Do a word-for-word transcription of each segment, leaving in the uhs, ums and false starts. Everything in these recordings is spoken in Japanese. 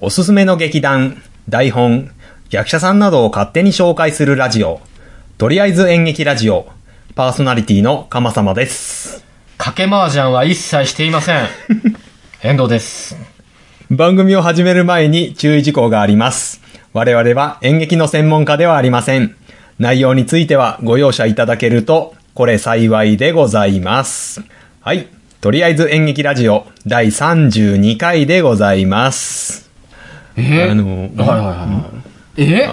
おすすめの劇団、台本、役者さんなどを勝手に紹介するラジオ。とりあえず演劇ラジオ。パーソナリティの鎌様です。 賭け麻雀は一切していません。遠藤です。 番組を始める前に注意事項があります。我々は演劇の専門家ではありません。内容についてはご容赦いただけると、これ幸いでございます。はい。とりあえず演劇ラジオだいさんじゅうにかいでございます。 えー、あの、はいはいはい。え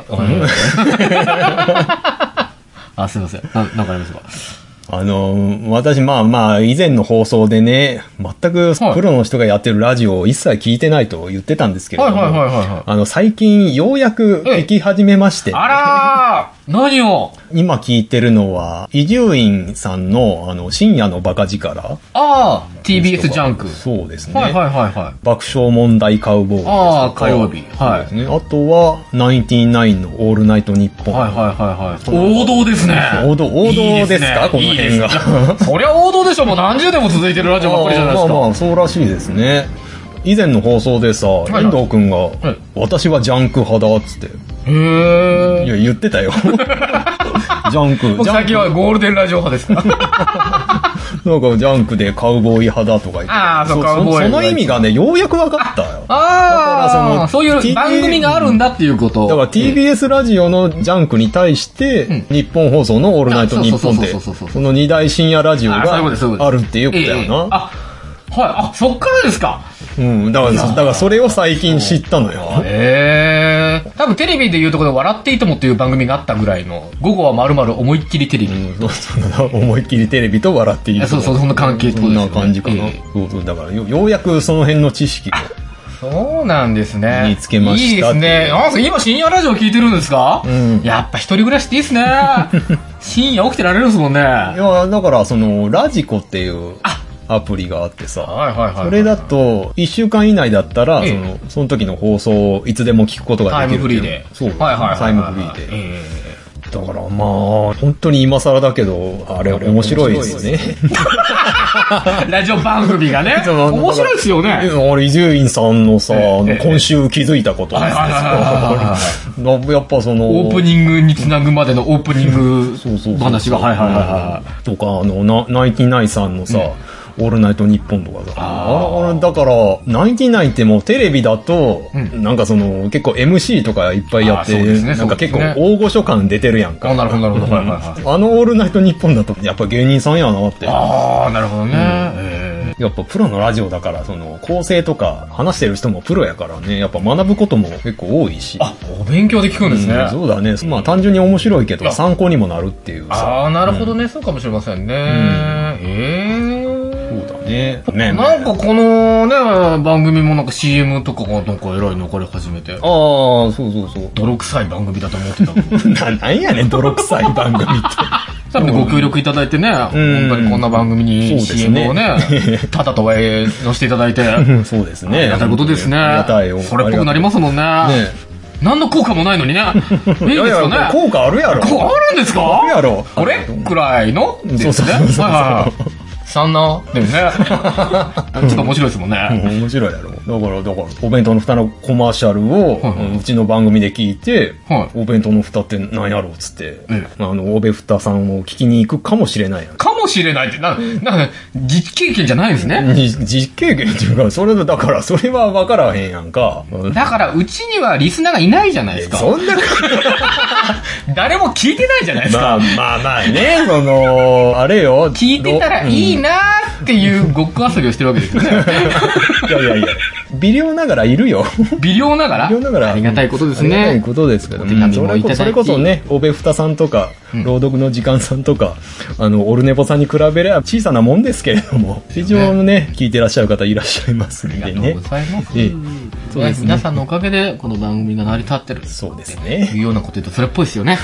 あ、すいません。な、なんかありますか？ あの、私、まあまあ、以前の放送でね、全くプロの人がやってるラジオを一切聞いてないと言ってたんですけれども、はいはいはいはい、あの、最近ようやく聞き始めまして、ね。 あらー何を今聞いてるのは、伊集院さんの、あの、深夜のバカ力。 ああ、ティービーエス ジャンク。 そうですね。 はいはいはいはい。 爆笑問題カウボーイですとか。 ああ、火曜日。はい。 ね。あとは、ナインティナインのオールナイトニッポン。 はいはいはいはい。王道ですね。 王道、王道ですか、この辺が。 そりゃ王道でしょ、もう何十年も続いてるラジオばっかりじゃないですか。 まあまあ、そうらしいですね。以前の放送でさ、はいはい、遠藤くんが、はい、私はジャンク派だっつって。 へー。 いや、言ってたよ。ジャンク。 僕最近はゴールデンラジオ派ですかなんかジャンクでカウボーイ派だとか言って。 ああ、そう、カウボーイ。 その意味がね、ようやく分かったよ。 ああ、だからその、そういう番組があるんだっていうこと。 だから ティービーエス ラジオのジャンクに対して、うん、日本放送のオールナイトニッポンで、その二大深夜ラジオがあるっていうことやな。 あ、はい、あ、そっからですか。 うん、だから、だからそれを最近知ったのよ。 へえ。多分テレビでいうところで笑っていいともっていう番組があったぐらいの、午後はまるまる思いっきりテレビ。うん、 そうそう思いっきりテレビと笑っていいとも。 そうそう、そんな関係ってことですよね。そんな感じかな。えー、そうそう、だからよ、ようやくその辺の知識を。 そうなんですね。 見つけました。 いいですね。あ、今深夜ラジオ聞いてるんですか？うん。やっぱ一人暮らしっていいですね。深夜起きてられるんですもんね。いや、だからその、ラジコっていう。あアプリがあってさ、はいはいはいはい、それだといっしゅうかん以内だったら、ええ、そのその時の放送をいつでも聞くことができる。 タイムフリーで。 そう、はいはいはいはい、タイムフリーで。えー、だからまあ本当に今更だけどあれ面白いですね。 ラジオ番組がね面白いですよね。 あれ伊集院さんのさ、ええ、今週気づいたことなんですけど、やっぱそのオープニングにつなぐまでのオープニング話がはいはいはいはいとかあのナナインティナインさんのさ。うんオールナイトニッポンとかさ。ああだから、ナインティナインってもうテレビだと、うん、なんかその、結構 エムシー とかいっぱいやって、ね、なんか結構大御所感出てるやんか。 あ、なるほどなるほど。はいはいはい。 あのオールナイトニッポンだと、やっぱ芸人さんやなって。 ああ、なるほどね、 うん。やっぱプロのラジオだから、その、構成とか話してる人もプロやからね、やっぱ学ぶことも結構多いし。 あ、お勉強で聞くんですね。 うん、そうだね。まあ単純に面白いけど、参考にもなるっていうさ。 ああ、なるほどね、うん。そうかもしれませんね。うん、ええー。 そうだね。 ねなんかこのね、番組もなんか シーエム とかがなんか偉いのかれ始めて。ああ、 そうそうそう。 泥臭い番組だと思ってたな。なんやねん、泥臭い番組って。 多分ご協力いただいてね、本当にこんな番組に シーエム をね、ただとはえ載せていただいて。 そうですね。 ありがたいことですね。 ありがたいよ。 それっぽくなりますもんね。ね何の効果もないのにね。いいですよね。 効果あるやろ。 効果あるんですか？ あるやろ。 あれくらいのですね。そうそうそうそんなでもねちょっと面白いですもんね。 面白いやろ。だからだからお弁当の蓋のコマーシャルを、はいはい、うちの番組で聞いて、はい、お弁当の蓋って何やろうっつって、ええ、あのおべふたさんを聞きに行くかもしれないやん。 かもしれないってななんか実経験じゃないんですね。 実経験っていうかそれだからそれは分からへんやんか。 だからうちにはリスナーがいないじゃないですか。 そんな誰も聞いてないじゃないですか。 まあまあまあねそのあれよ聞いてたらいいなーっていうごっこ遊びをしてるわけですよね。 いやいやいや微量ながらいるよ。 微量ながら微量ながらありがたいことですね。 ありがたいことですけど、うん、それこそれこそねおべふたさんとか、うん、朗読の時間さんとかあのオルネポさんに比べれば小さなもんですけれども非常にね聞いてらっしゃる方いらっしゃいますんでね。ありがとうございます。ええそうですね、皆さんのおかげでこの番組が成り立ってる。 そうですね。 いうようなこと言うとそれっぽいですよね。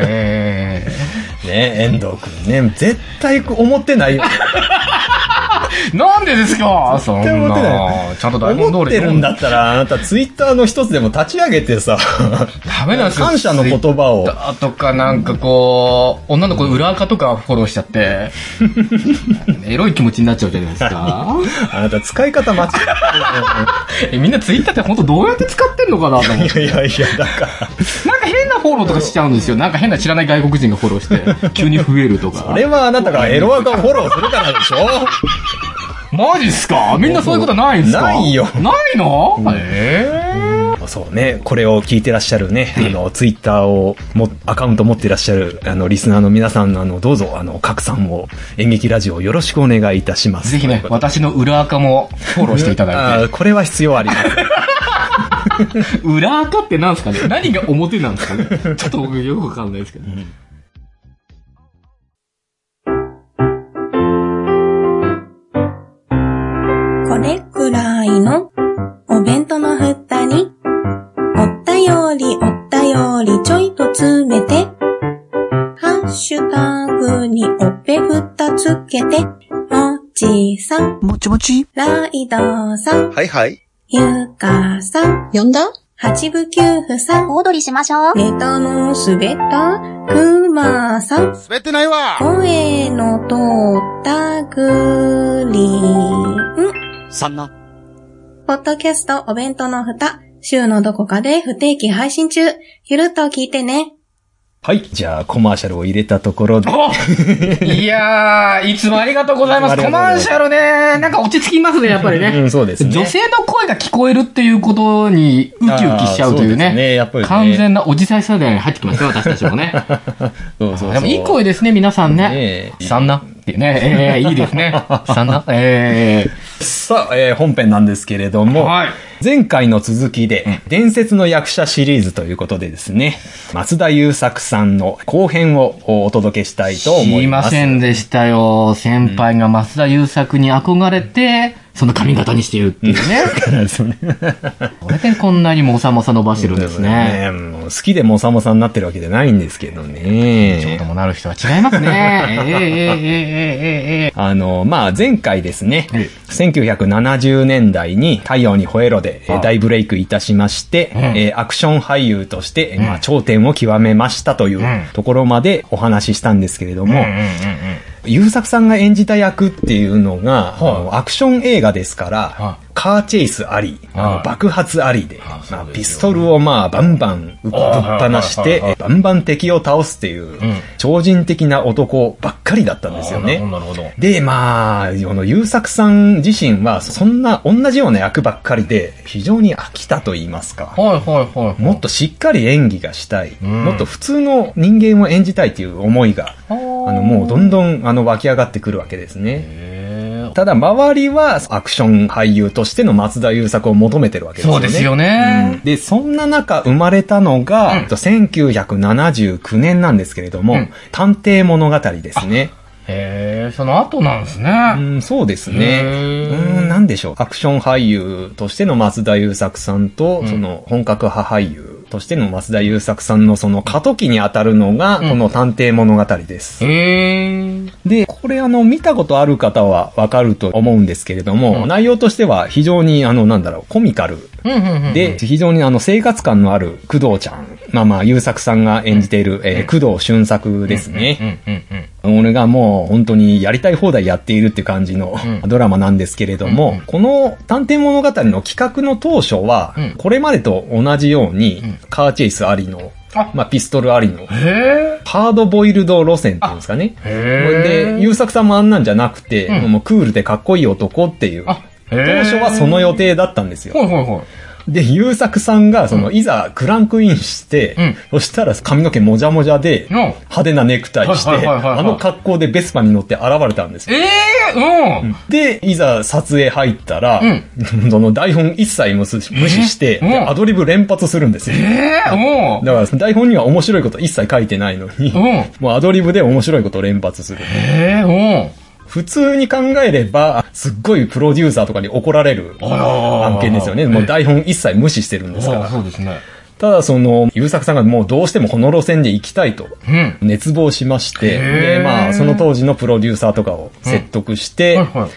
えー、ね遠藤くんね絶対思ってないよ。 なんでですかそんな。 思ってない。 ちゃんと台本通り思ってるんだったら、あなたツイッターの一つでも立ち上げてさ、 ダメなんですよ。 感謝の言葉を。 あとかなんかこう、女の子裏垢とかフォローしちゃって、エロい気持ちになっちゃうじゃないですか。 あなた使い方間違ってるよ。 え、みんなツイッターって本当どうやって使ってんのかなと思って。 いやいやいや、だから。 なんか変なフォローとかしちゃうんですよ。なんか変な知らない外国人がフォローして、急に増えるとか。 それはあなたがエロアカをフォローするからでしょ。 マジっすか？みんなそういうことないんすか？ ないよ。 ないの？うん、えー、そうね。これを聞いてらっしゃるね、あの、ツイッターをも、アカウント持ってらっしゃる、あの、リスナーの皆さん、あの、どうぞ、あの、拡散を、演劇ラジオよろしくお願いいたします。 ぜひね、私の裏垢もフォローしていただいて。 あ、これは必要あります。 裏垢って何すかね？何が表なんですかね？ちょっと僕よくわかんないですけど。うん、 これくらいのお弁当の蓋におったよりおったよりちょいと詰めてハッシュタグにおっぺふたつけてもちさんもちもちライドさんはいはいゆかさん呼んだ八部九夫さん大踊りしましょうネタの滑ったくまさん滑ってないわ声の通ったグリーンさんな。 ポッドキャストお弁当の蓋、週のどこかで不定期配信中。ゆるっと聞いてね。 はい。じゃあ、コマーシャルを入れたところで。 いやー、いつもありがとうございます。コマーシャルね、なんか落ち着きますね、やっぱりね。 うん、そうですね。 女性の声が聞こえるっていうことにウキウキしちゃうというね。 そうですね、やっぱりね。 完全なおじさい世代に入ってきますよ、私たちもね。 そうそうそう。 でもいい声ですね、皆さんね。ねさんなっていうね。えー、いいですね。さんな。えー。さあ、えー、本編なんですけれども。はい。前回の続きで、うん、伝説の役者シリーズということでですね、松田優作さんの後編をお届けしたいと思います。 知りませんでしたよ。先輩が松田優作に憧れて、うん、その髪型にしているっていうね。これでこんなにもさもさ伸ばしてるんですね。 ねもう好きでもさもさになってるわけじゃないんですけどね。 ちょっともなる人は違いますね。えー、えー、えー、えー、えー、 あの、まあ、前回ですね、せんきゅうひゃくななじゅうねんだいに太陽にほえろで大ブレイクいたしまして、うんえー、アクション俳優として、うんまあ、頂点を極めましたというところまでお話ししたんですけれども、うんうんうんうん優作さんが演じた役っていうのが、はい、アクション映画ですから、はい、カーチェイスあり、はい、爆発ありで、はいまあ、ピストルをまあバンバンぶっ放して、はい、バンバン敵を倒すっていう、うん、超人的な男ばっかりだったんですよね。 なるほど。 で、まあ、この優作さん自身は、そんな同じような役ばっかりで、非常に飽きたと言いますか、 はいはいはいはい、 もっとしっかり演技がしたい、うん、もっと普通の人間を演じたいっていう思いが、あのもうどんどんあの湧き上がってくるわけですね。ただ周りはアクション俳優としての松田優作を求めてるわけですよね。 そうですよね。 うん、でそんな中生まれたのが、うん、せんきゅうひゃくななじゅうきゅうねんなんですけれども、うん、探偵物語ですね。 へー、その後なんですね。 うん、そうですね。うん、なんでしょう。アクション俳優としての松田優作さんと、うん、その本格派俳優としての松田優作さんのその過渡期にあたるのが、この探偵物語です。 うん、へー。 で、これあの、見たことある方はわかると思うんですけれども、うん、内容としては非常にあの、なんだろう、コミカル。で、非常にあの、生活感のある工藤ちゃん。まあまあ、優作さんが演じている、えー、工藤俊作ですね。俺がもう本当にやりたい放題やっているって感じの、うん、ドラマなんですけれども、うん、この探偵物語の企画の当初は、うん、これまでと同じように、うん、カーチェイスありの、まあ、ピストルありの、ハードボイルド路線っていうんですかね。で、優作さんもあんなんじゃなくて、うん、もうクールでかっこいい男っていう、当初はその予定だったんですよ。 はいはいはい。 で、優作さんが、その、うん、いざクランクインして、うん、そしたら髪の毛もじゃもじゃで、うん、派手なネクタイして、あの格好でベスパに乗って現れたんですよ。 ええー、うん。 で、いざ撮影入ったら、うん、その台本一切無視して、えー、アドリブ連発するんですよ。 ええー、うん。 だから台本には面白いこと一切書いてないのに、うん、もうアドリブで面白いことを連発する。 ええー、うん。 普通に考えれば、すっごいプロデューサーとかに怒られる案件ですよね。もう台本一切無視してるんですから。 そうですね。 ただその、優作さんがもうどうしてもこの路線で行きたいと、熱望しまして、うん、で、まあ、その当時のプロデューサーとかを説得して、うんはいはい、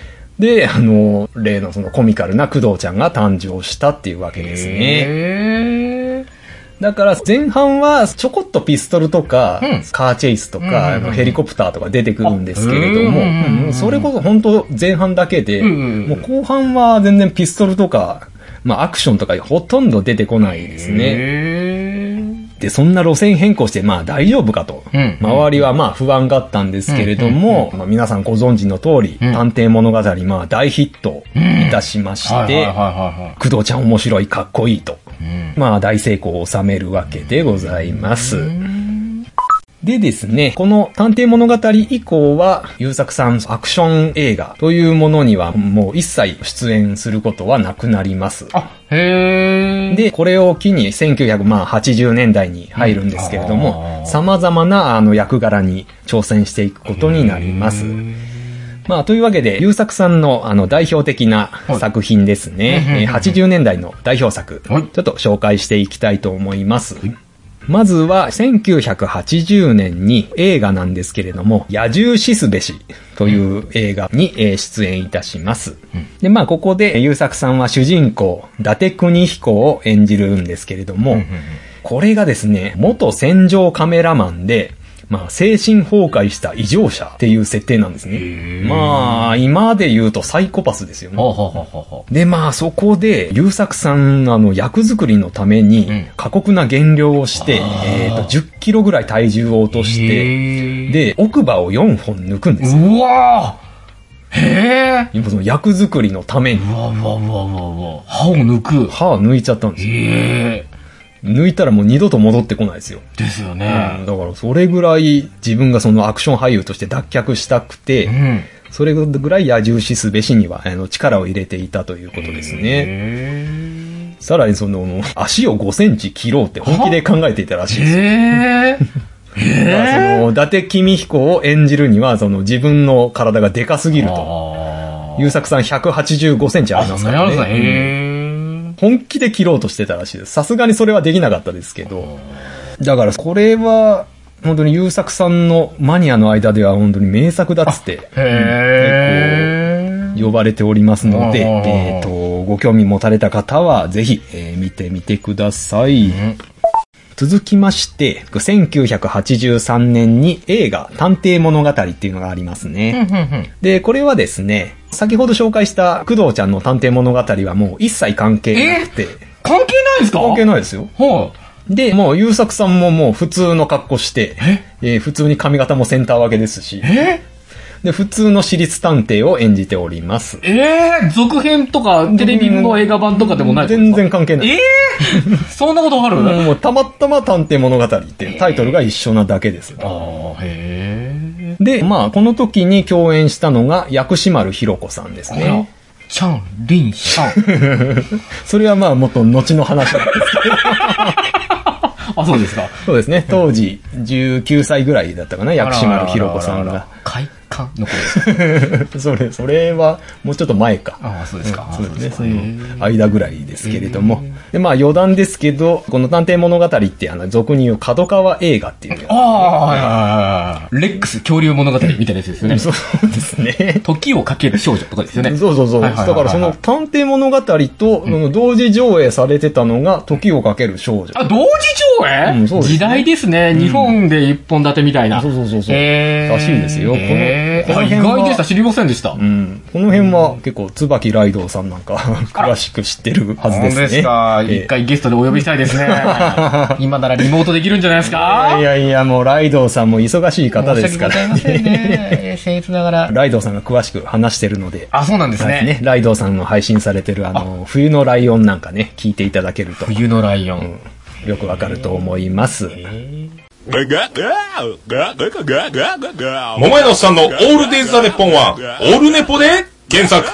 で、あの、例のそのコミカルな工藤ちゃんが誕生したっていうわけですね。 へー。 だから前半はちょこっとピストルとか、うん、カーチェイスとか、うんうんうん、あのヘリコプターとか出てくるんですけれども、うんうん、それこそ本当前半だけで、うんうん、もう後半は全然ピストルとか、まあアクションとかほとんど出てこないですね。で、そんな路線変更してまあ大丈夫かと、うん、周りはまあ不安があったんですけれども、うんまあ、皆さんご存知の通り、うん、探偵物語まあ大ヒットいたしまして、工藤ちゃん面白いかっこいいと、うん、まあ大成功を収めるわけでございます。でですね、この探偵物語以降は、優作さんアクション映画というものにはもう一切出演することはなくなります。 あ、へー。 で、これを機にせんきゅうひゃくはちじゅうねんだいに入るんですけれども、様々なあの役柄に挑戦していくことになります。まあ、というわけで、優作さんのあの代表的な作品ですね、はちじゅうねんだいの代表作、ちょっと紹介していきたいと思います。まずはせんきゅうひゃくはちじゅうねんに映画なんですけれども、野獣しすべしという映画に出演いたします。うん、で、まあここで優作さんは主人公、伊達邦彦を演じるんですけれども、うんうんうん、これがですね、元戦場カメラマンで、まあ、精神崩壊した異常者っていう設定なんですね。まあ、今で言うとサイコパスですよね。ははははで、まあ、そこで、優作さん、あの、役作りのために、過酷な減量をして、うん、えっと、じゅっキロぐらい体重を落として、で、奥歯をよんほん抜くんですよ。 うわーへえ。その役作りのために。 うわうわうわうわ歯を抜く。 歯を抜いちゃったんですよ。 へー抜いたらもう二度と戻ってこないですよ。 ですよね。 うん、だからそれぐらい自分がそのアクション俳優として脱却したくて、うん、それぐらい野獣しすべしにはあの力を入れていたということですね。さらにその足をごセンチ切ろうって本気で考えていたらしいです。 へーまあ、その伊達公彦を演じるにはその自分の体がでかすぎると。優作さんひゃくはちじゅうごセンチありますからね。あ、へー本気で切ろうとしてたらしいです。さすがにそれはできなかったですけど。だからこれは本当に優作さんのマニアの間では本当に名作だっつって、 へ結構呼ばれておりますので、えっと、ご興味持たれた方はぜひ、えー、見てみてください。うん続きまして、せんきゅうひゃくはちじゅうさんねんに映画探偵物語っていうのがありますね。で、これはですね、先ほど紹介した工藤ちゃんの探偵物語はもう一切関係なくて。 関係ないですか？ 関係ないですよ。 はい。 で、もう優作さんももう普通の格好して、ええー、普通に髪型もセンター分けですし。 えで、普通の私立探偵を演じております。 ええー、続編とか、テレビの映画版とかでもないですか？ 全然関係ない。 ええー、そんなことある？ もうたまたま探偵物語っていうタイトルが一緒なだけです。 ああ、へえ。で、まあ、この時に共演したのが薬師丸ひろ子さんですね。 チャン、リン、シャン。 それはまあ、もっと後の話なんですけど。 あ、そうですか。 そうですね。当時、じゅうきゅうさいぐらいだったかな、薬師丸ひろ子さんが。 快感の頃それ、それは、もうちょっと前か。 ああ、そうですか。 そうですね。その間ぐらいですけれども。で、まあ余談ですけど、この探偵物語って、あの、俗に言う角川映画っていう。 ああ、はいはいはい。レックス恐竜物語みたいなやつですよね。 そうですね。 時をかける少女とかですよね。 そうそうそう。だからその探偵物語と、その同時上映されてたのが、時をかける少女。 あ、同時上映、うん、そうですね。時代ですね。うん、日本で一本立てみたいな。 そうそうそうそう。えー、らしいですよ。このこの意外でした。知りませんでした。 うん。この辺は結構、椿ライドウさんなんか詳しく知ってるはずですね。 そうですか。一回ゲストでお呼びしたいですね。今ならリモートできるんじゃないですか？ いやいや、もうライドウさんも忙しい方ですから。 申し訳ございませんね。僭越ながら。 ライドウさんが詳しく話してるので。 あ、そうなんですね。 ねライドウさんの配信されてるあの、冬のライオンなんかね、聞いていただけると。 冬のライオン。 うん、よくわかると思います。 桃屋のおっさんのオールデイズ・ザ・ネッポンはオールネポで検索。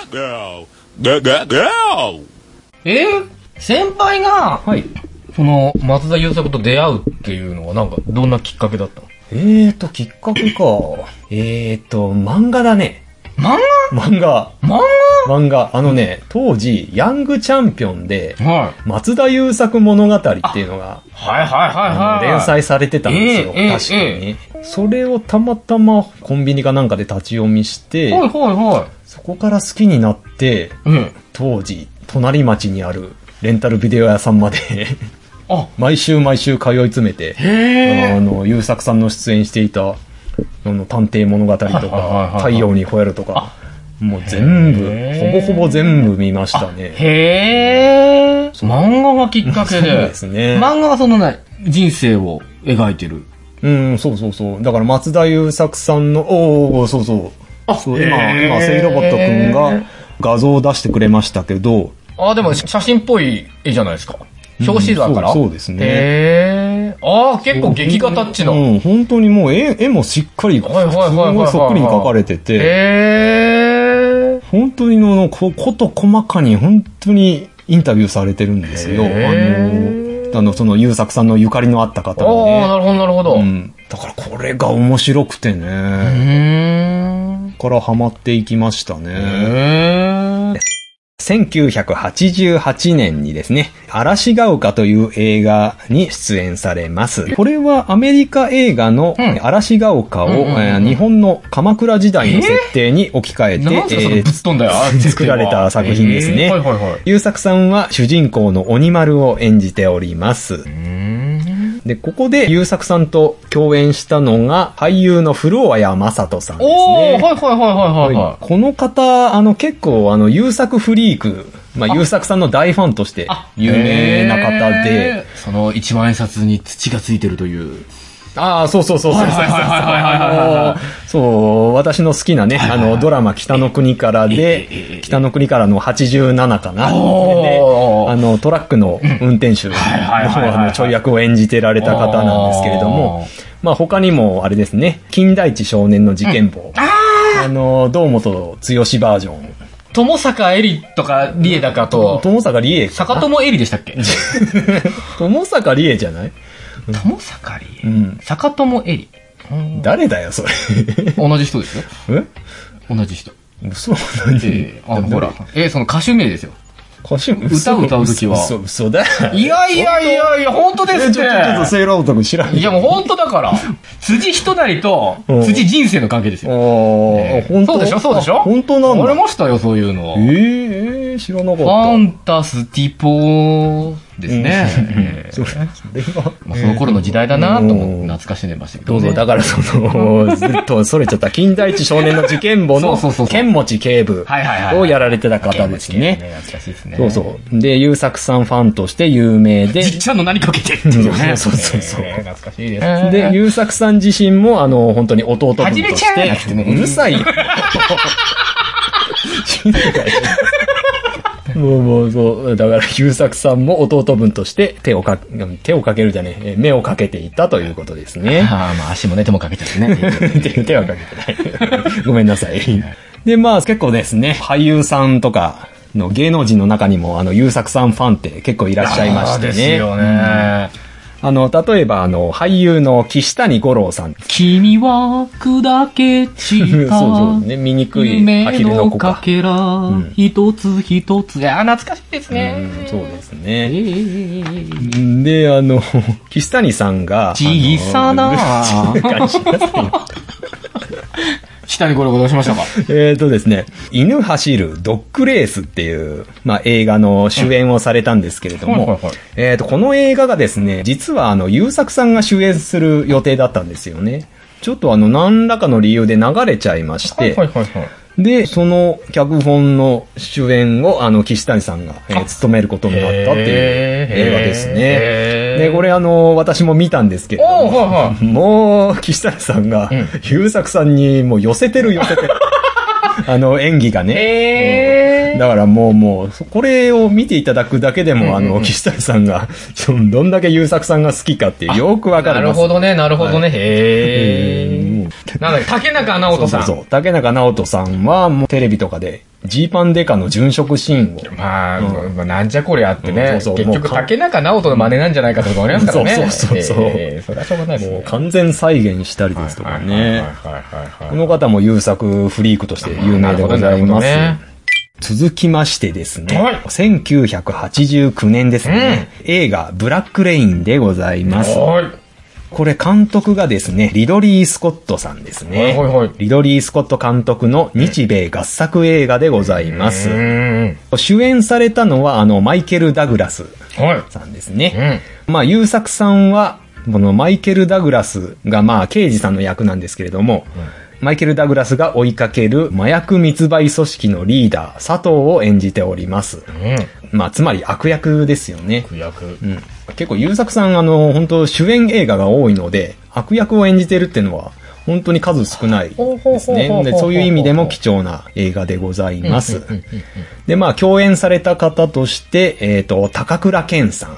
えー、先輩が、 はい、 その松田優作と出会うっていうのはなんかどんなきっかけだったの？ えーときっかけかえーと漫画だね。 漫画漫画漫画漫画あのね、当時ヤングチャンピオンで、 はい、 松田優作物語っていうのがはいはいはいはい連載されてたんですよ、 えー、 確かに、 えー、 それをたまたまコンビニかなんかで立ち読みして、 はいはいはい、 そここから好きになって、 うん。 当時、隣町にあるレンタルビデオ屋さんまであ、 毎週毎週通い詰めて、 へー。 あの、優作さんの出演していた、あの、探偵物語とはいはいはいかは、い太陽に吠えるとか、もう全部、 へーほぼほぼ全部見ましたね。 へー。漫画がきっかけで。 そうですね。 漫画はそのね、人生を描いてる。 うん、そうそうそう。だから松田優作さんの、おー、そうそう。 あそう今、 へー今、セイロボットくんが画像を出してくれましたけど、 あ、でも写真っぽい絵じゃないですか。表紙だから。 うんそうそうですねへー。あー、結構劇画タッチの。 うん、本当にもう絵、絵もしっかり、すはいはいはいはいはいごいそっくりに描かれてて、 へー。 本当にの、ここと細かに本当にインタビューされてるんですよ。あへの、あの、その優作さんのゆかりのあった方にね。 あー、なるほどなるほど。 ううん。 ん。だからこれが面白くてね。 ーん。 からハマっていきましたね。 へー。 せんきゅうひゃくはちじゅうはちねんにですね、嵐が丘という映画に出演されます。これはアメリカ映画のうん嵐が丘を、 うんうんうんえー日本の鎌倉時代の設定に置き換えて、 なんすかそのぶっ飛んだよ、あー作られた作品ですねへーはいはいはい。 優作さんは主人公の鬼丸を演じております。 うーん。 で、ここで優作さんと共演したのが俳優の古谷正人さんですね。 おー、はいはいはいはいはい。 この方、あの、結構、あの、優作フリーク、まあ、優作さんの大ファンとして有名な方で、 へー。その一万円札に土がついてるという。 ああ、そうそうそうそうそうそう。 はいはいはいはいはいはいはいあのそう、私の好きなね、あの、ドラマ北の国からで、北の国からのはちじゅうななかな。で、 おーあの、トラックの運転手の、 はいはいはいはいあの、ちょい役を演じてられた方なんですけれども、まあ、他にも、あれですね、金田一少年の事件簿。あの、堂本剛バージョン。 友坂エリとかリエだかと、 友坂理恵か。 坂友エリでしたっけ友坂理恵じゃない友坂リエ、 うん坂友エリ。 誰だよ、それ。 同じ人ですよ。 え同じ人。 嘘何えー、あ、ほら。えー、その歌手名ですよ。 歌手歌を歌うときは嘘、嘘だよ。 いやいやいやいや、本当ですえ、 ね。 ちょ、ちょ、ちょっとセーラー男知らん。 いやもう本当だから。辻人なりとうん辻人生の関係ですよ。 あえーあ、本当そうでしょそうでしょあ本当なんありだ。 ましたよ、そういうの。 えーえー、知らなかった。 ファンタスティポーですね。えーそれ、それは。 まあ、その頃の時代だなと思ってうん懐かしんでましたけど、ね。 どうぞ、だからその、ずっとそれちゃった、金田一少年の事件簿のそうそうそうそう剣持警部はいはいはい。 をやられてた方ですね。 懐かしいですね。 そうそう。で、優作さんファンとして有名で、 じっちゃんの何かけてっていうね。 そうそうそうえー懐かしいですね。 で、優作さん自身も、あの、本当に弟分とはじめちゃんして、 ってねうるさいよ。静かにもう、もう、そう、だから、優作さんも弟分として手をか、手をかけるじゃねえ、目をかけていたということですね。 ああ、まあ足もね、手もかけちゃってね。 手手はかけてない。ごめんなさい。で、まあ、結構ですね、俳優さんとかの芸能人の中にも、あの、優作さんファンって結構いらっしゃいましてね。 ですよね。 あの、例えば、あの、俳優の岸谷五郎さん。 君は砕け散そうった。 そうね、醜い夢アヒルのの子か。 かけらん、 一つ一つ。いや、懐かしいですね。 うんそうですえね。 ーで、あの、岸谷さんが、 小さなあの静かにしなさいよ下にこれどうしましたか？ えーとですね、犬走るドッグレースっていう、まあ、映画の主演をされたんですけれどもはいはいはい、 えーと、この映画がですね、実はあの、優作さんが主演する予定だったんですよね。ちょっとあの、何らかの理由で流れちゃいまして、 はいはい。 で、その脚本の主演を、あの、岸谷さんが、えー務めることになったっていう映画ですね。 へーで、これあの、私も見たんですけれども、 おーはいはいもう、岸谷さんが、 うん優作さんにもう寄せてる寄せてる。あの、演技がね。 へーだからもうもう、これを見ていただくだけでも、あの、岸谷さんが、そのどんだけ優作さんが好きかってよくわかりなます。 るほどね、なるほどね。 はいへー。 うんもうなんだっけ、竹中直人さん。 そうそうそう。竹中直人さんは、もうテレビとかで、ジーパンデカの殉職シーンを、 まあ、 うんまあなんじゃこりゃってうんね。 そうそう結局、 もうか竹中直人の真似なんじゃないかとか思いますからね。 そうそうそうそうえーそれはしょうがないですね。 もう完全再現したりですとかはいね。 はいはいはいはいこの方も優作フリークとして有名でございます。 なるほどね続きましてですね、 はいせんきゅうひゃくはちじゅうきゅうねんですね、映画ブラックレインでございます。 はい。 これ監督がですね、リドリー・スコットさんですね。 はいはいはい、 リドリー・スコット監督の日米合作映画でございます。 うん、 主演されたのは、あの、マイケル・ダグラスさんですね。 はい、 うん、まあ、優作さんは、このマイケル・ダグラスが、まあ、刑事さんの役なんですけれども、うん、マイケル・ダグラスが追いかける麻薬密売組織のリーダー、佐藤を演じております。うん、まあ、つまり悪役ですよね。 悪役。 うん。結構優作さん、あの、本当主演映画が多いので、悪役を演じてるっていうのは、本当に数少ないですね。で、そういう意味でも貴重な映画でございます。で、まあ、共演された方として、えっと、高倉健さん。はい、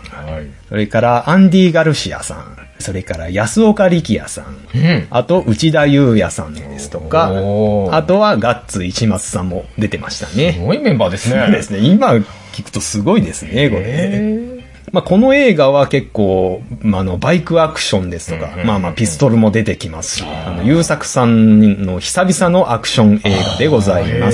それから、アンディ・ガルシアさん。それから安岡力也さん、うん、あと内田裕也さんですとか、あとはガッツ石松さんも出てましたね。 すごいメンバーですね。 そうですね。今聞くとすごいですね、これ。まあ、この映画は結構、まあ、あのバイクアクションですとか、まあまあピストルも出てきますし、あの優作さんの久々のアクション映画でございます。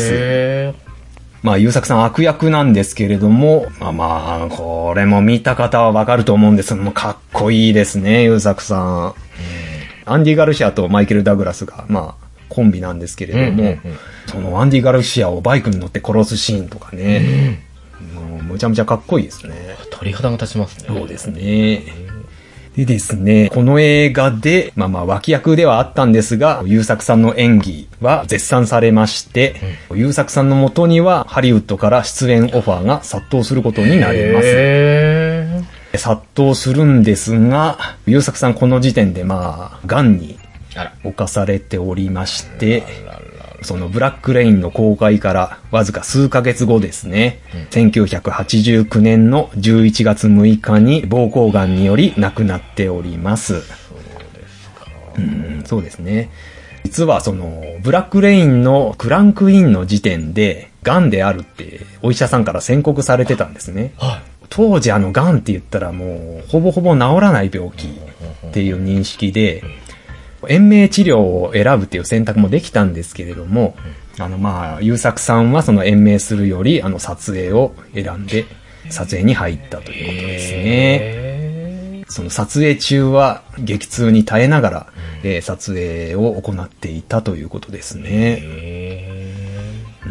まあ、優作さん悪役なんですけれども、まあまあ、これも見た方はわかると思うんですけども、かっこいいですね、優作さん。アンディ・ガルシアとマイケル・ダグラスが、まあ、コンビなんですけれども、うんうんうん、そのアンディ・ガルシアをバイクに乗って殺すシーンとかね、うん、もうむちゃむちゃかっこいいですね。 鳥肌が立ちますね。 そうですね。でですね、この映画で、まあまあ脇役ではあったんですが、優作さんの演技は絶賛されまして、うん、優作さんの元にはハリウッドから出演オファーが殺到することになります。へー。殺到するんですが、優作さんこの時点でまあ、癌に侵されておりまして、そのブラックレインの公開からわずか数ヶ月後ですね、うん、せんきゅうひゃくはちじゅうきゅうねんのじゅういちがつむいかに膀胱がんにより亡くなっております。そうですか。うん、そうですね。実はそのブラックレインのクランクインの時点でがんであるってお医者さんから宣告されてたんですね。はい、当時あのがんって言ったらもうほぼほぼ治らない病気っていう認識で、延命治療を選ぶっていう選択もできたんですけれども、うん、あのまあ優作さんはその延命するよりあの撮影を選んで撮影に入ったということですね。その撮影中は激痛に耐えながら、うん、えー、撮影を行っていたということですね。うん、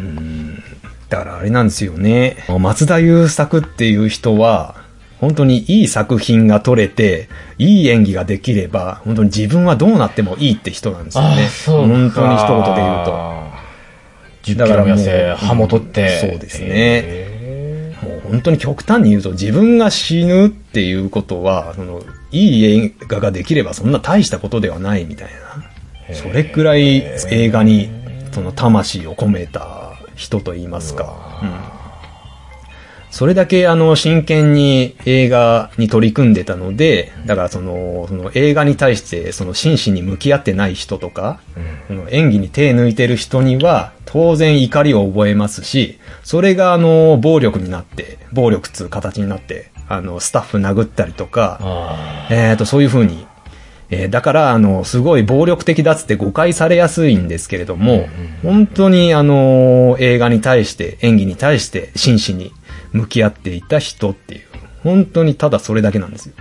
だからあれなんですよね。松田優作っていう人は本当にいい作品が撮れて、いい演技ができれば、本当に自分はどうなってもいいって人なんですよね。本当に一言で言うと。 だからもう、刃も取って。 そうですね。もう本当に極端に言うと、自分が死ぬっていうことは、そのいい映画ができればそんな大したことではないみたいな。それくらい映画にその魂を込めた人と言いますか。うん、それだけあの真剣に映画に取り組んでたので、だからその、その映画に対してその真摯に向き合ってない人とか、うん、演技に手抜いてる人には当然怒りを覚えますし、それがあの暴力になって、暴力つう形になって、あのスタッフ殴ったりとか、えっとそういう風に、えー、だからあのすごい暴力的だっつって誤解されやすいんですけれども、うんうん、本当にあの映画に対して演技に対して真摯に向き合っていた人っていう、本当にただそれだけなんですよ。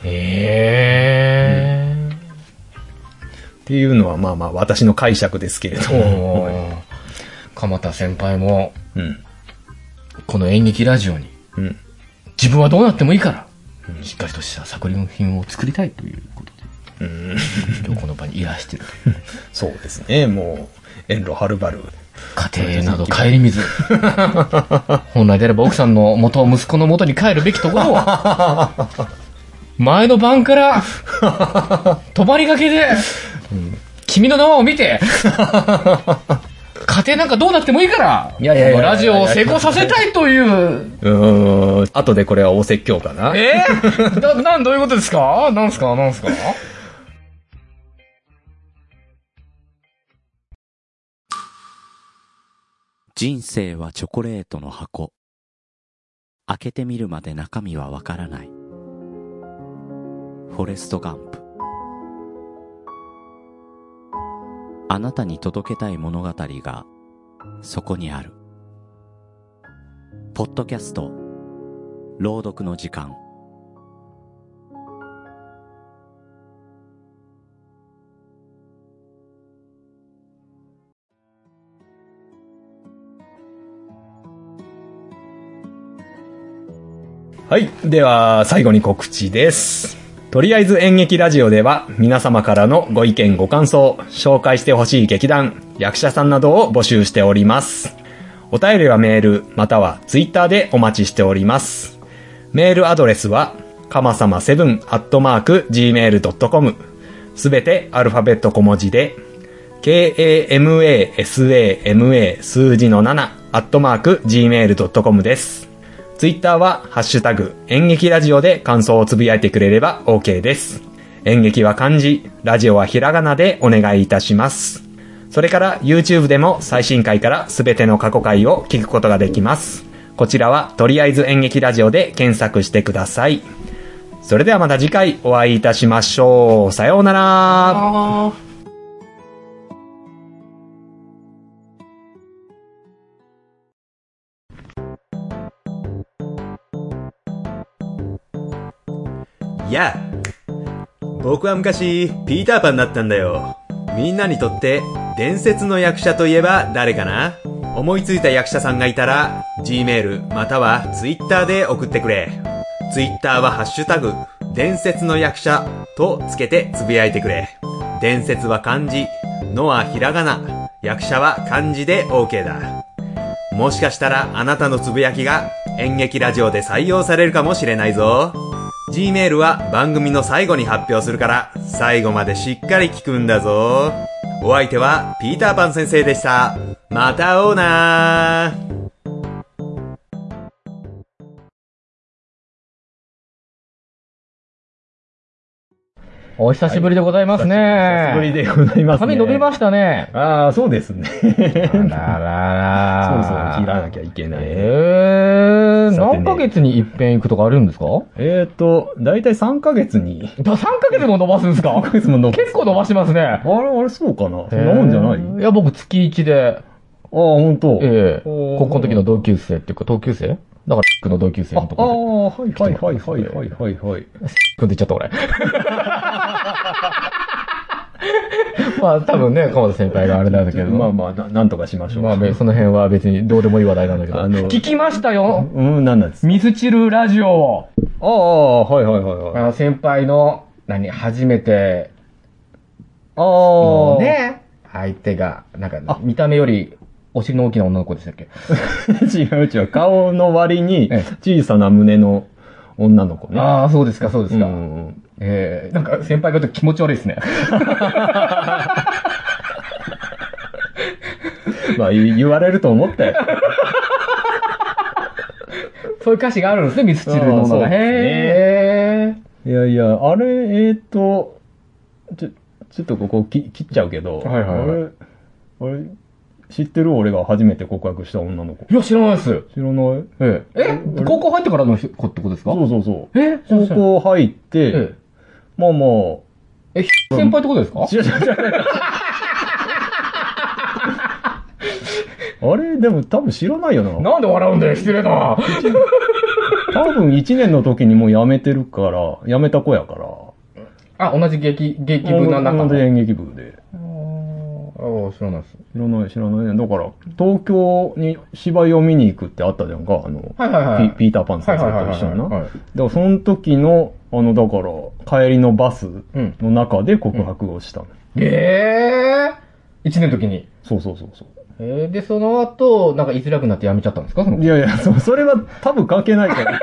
へー、うん、っていうのはまあまあ私の解釈ですけれども、 鎌田先輩も、うん、この演劇ラジオに、うん、自分はどうなってもいいから、うん、しっかりとした作品を作りたいということで、うん、今日この場にいらしてるというそうですね。もう遠路はるばる家庭など顧みず本来であれば奥さんの元息子の元に帰るべきところを前の晩から泊まりがけで、うん、君の名はを見て家庭なんかどうなってもいいからいやいやいやラジオを成功させたいといううーん、後でこれはお説教かな。 えー、ななんどういうことですか。なんすかなんすか。 人生はチョコレートの箱。開けてみるまで中身はわからない。フォレスト・ガンプ。あなたに届けたい物語がそこにある。ポッドキャスト朗読の時間。 はい。では、最後に告知です。とりあえず演劇ラジオでは皆様からのご意見ご感想、紹介してほしい劇団、役者さんなどを募集しております。お便りはメール、またはツイッターでお待ちしております。メールアドレスは、かまさまセブンアットマークジーメールドットコム。すべてアルファベット小文字で、ケーエーエムエーエスエーエムエー 数字のななアットマークジーメールドットコムです。ツイッターは、ハッシュタグ、演劇ラジオで感想をつぶやいてくれれば OK です。演劇は漢字、ラジオはひらがなでお願いいたします。それから YouTube でも最新回からすべての過去回を聞くことができます。こちらは、とりあえず演劇ラジオで検索してください。それではまた次回お会いいたしましょう。さようなら。 やあ、僕は昔ピーターパンだったんだよ。みんなにとって伝説の役者といえば誰かな？思いついた役者さんがいたら G メールまたは Twitter で送ってくれ。Twitter はハッシュタグ伝説の役者とつけてつぶやいてくれ。伝説は漢字、のはひらがな、役者は漢字で OK だ。もしかしたらあなたのつぶやきが演劇ラジオで採用されるかもしれないぞ。G メールは番組の最後に発表するから最後までしっかり聞くんだぞ。お相手はピーターパン先生でした。また会おうなー。 お久しぶりでございますね。 久しぶりでございますね。 髪伸びましたね。 ああ、そうですね。 あららら。 そうそう、切らなきゃいけない。 えー、 ね、 何ヶ月に一遍行くとかあるんですか？ えーと、だいたいさんかげつに。 さんかげつも伸ばすんですか？さんかげつも伸ばす。結構伸ばしますね。あれ、あれ、そうかな。そんなもんじゃない？ いや、僕月いちで。 ああ、ほんと。 ええー。高校の時の同級生っていうか、同級生だから、の同級生のところ。 ああ、はいはいはいはいはいはいはい。 くんで言っちゃった俺。まあ多分ね、鎌田先輩があれなんだけど。 まあまあな、なんとかしましょう。 まあその辺は別にどうでもいい話題なんだけど。あの、聞きましたよ。 うん、なんなんです。 ミスチルラジオを。 ああ、はいはいはいはい。 あの先輩の、何、初めて、 ああ。 ね、相手が、なんか、見た目より、お尻の大きな女の子でしたっけ？ 違う違う。顔の割に小さな胸の女の子ね。 ああ、そうですか、そうですか。 うん、 えー、なんか先輩が言うと気持ち悪いですね。 まあ言われると思ったよ。 そういう歌詞があるんですね、ミスチルの女が。へー。いやいや、あれ、えーと、ちょ、ちょっとここ切っちゃうけど、 はいはいはい。あれ、 あれ、知ってる？俺が初めて告白した女の子。 いや、知らないです。 知らない？ ええ。え高校入ってからの子ってことですか？ そうそうそう。 え高校入って、ええ、まあまあ。 え、先輩ってことですか？ 違う違う違う。あれでも多分知らないよな。 なんで笑うんだよ、失礼な。 多分いちねんの時にもう辞めてるから、辞めた子やから。 あ、同じ劇、劇部の中の同じ演劇部で。 ああ、知らないです。 知らない、知らないね。だから、東京に芝居を見に行くってあったじゃんか。あの、 はいはいはい、 ピ, ピーターパン先生と一緒にな。 はいはいはいはい、 だから、その時の、あの、だから、帰りのバスの中で告白をしたの。 うん、ええー、いちねんの時に。 そうそうそうそう。 えー、で、その後、なんか言いづらくなって辞めちゃったんですか？そのいやいや、そ、それは多分関係ないから。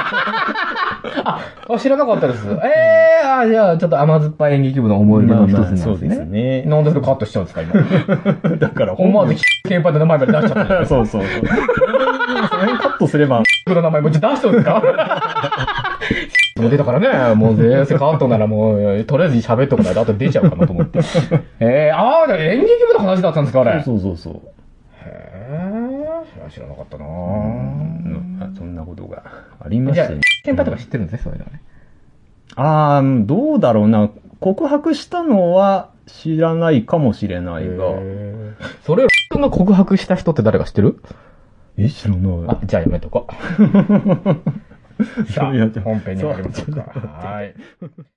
あ、知らなかったです。ええー、あ、じゃあ、ちょっと甘酸っぱい演劇部の思い出の一つなんですね。 そうですね。 なんでそれカットしちゃうんですか、今。だから、思わず先輩の名前まで出しちゃった。 そうそうそう。その辺カットすれば。 僕の名前もうちょっと出しとるんですか？もう出たからね、もう全然カットならもう、とりあえず喋っとかないと後で出ちゃうかなと思って。ええー、ああ、演劇部の話だったんですか、あれ。 そうそうそう。 へえ、知らなかったなぁ。 そんなことがありましたね。 先輩とか知ってるんですね、そういうのはね。 ああ、どうだろうな。告白したのは知らないかもしれないが。 それを君が告白した人って誰か知ってる？ え、知らない。 あ、じゃあやめとこう。さあ、本編に入りましょうか。はい。